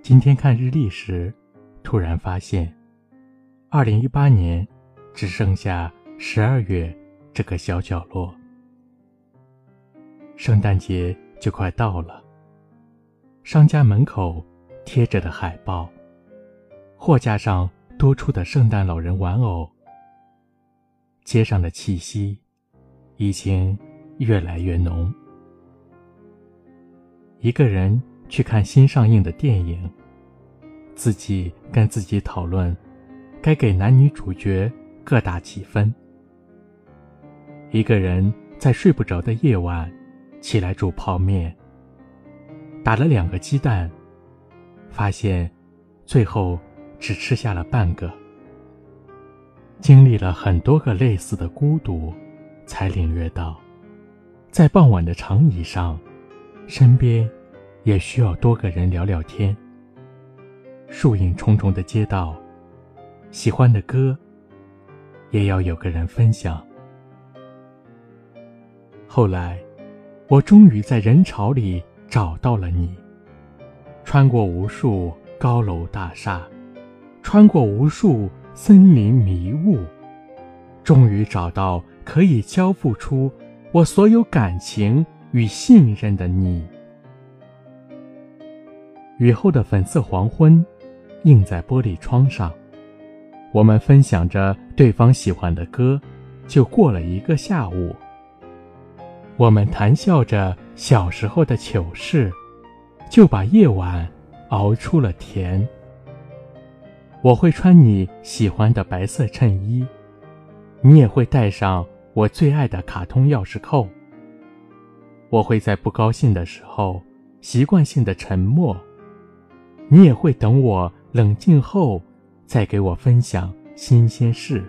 今天看日历时，突然发现2018年只剩下12月这个小角落。圣诞节就快到了，商家门口贴着的海报，货架上多出的圣诞老人玩偶，街上的气息已经越来越浓。一个人去看新上映的电影，自己跟自己讨论该给男女主角各打几分。一个人在睡不着的夜晚起来煮泡面，打了2个鸡蛋，发现最后只吃下了半个。经历了很多个类似的孤独，才领略到在傍晚的长椅上，身边也需要多个人聊聊天。树影重重的街道，喜欢的歌也要有个人分享。后来我终于在人潮里找到了你，穿过无数高楼大厦，穿过无数森林迷雾，终于找到可以交付出我所有感情与信任的你。雨后的粉色黄昏映在玻璃窗上，我们分享着对方喜欢的歌，就过了一个下午。我们谈笑着小时候的糗事，就把夜晚熬出了甜。我会穿你喜欢的白色衬衣，你也会带上我最爱的卡通钥匙扣。我会在不高兴的时候习惯性的沉默，你也会等我冷静后再给我分享新鲜事。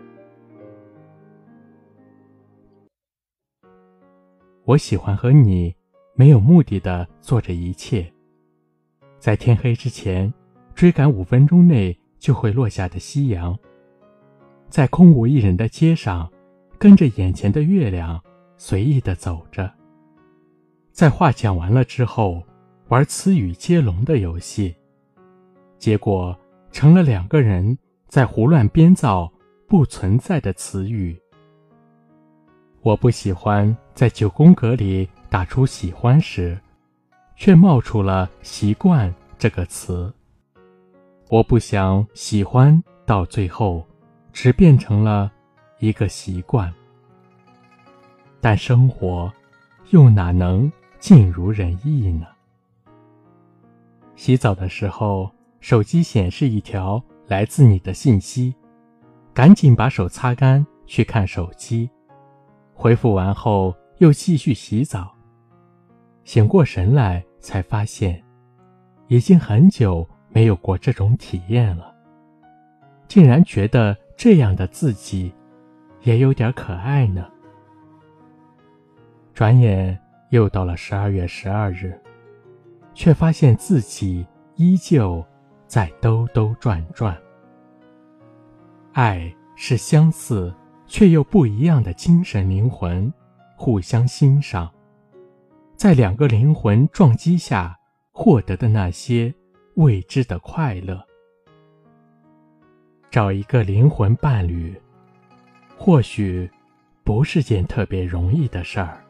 我喜欢和你没有目的地做着一切，在天黑之前追赶5分钟内就会落下的夕阳，在空无一人的街上跟着眼前的月亮随意地走着，在话讲完了之后玩词语接龙的游戏，结果成了2个人在胡乱编造不存在的词语。我不喜欢在9宫格里打出喜欢时，却冒出了习惯这个词。我不想喜欢到最后只变成了一个习惯，但生活又哪能尽如人意呢？洗澡的时候，手机显示一条来自你的信息，赶紧把手擦干去看手机，回复完后又继续洗澡。醒过神来才发现，已经很久没有过这种体验了，竟然觉得这样的自己也有点可爱呢。转眼又到了12月12日，却发现自己依旧在兜兜转转。爱是相似却又不一样的精神灵魂，互相欣赏，在2个灵魂撞击下获得的那些未知的快乐。找一个灵魂伴侣，或许不是件特别容易的事儿。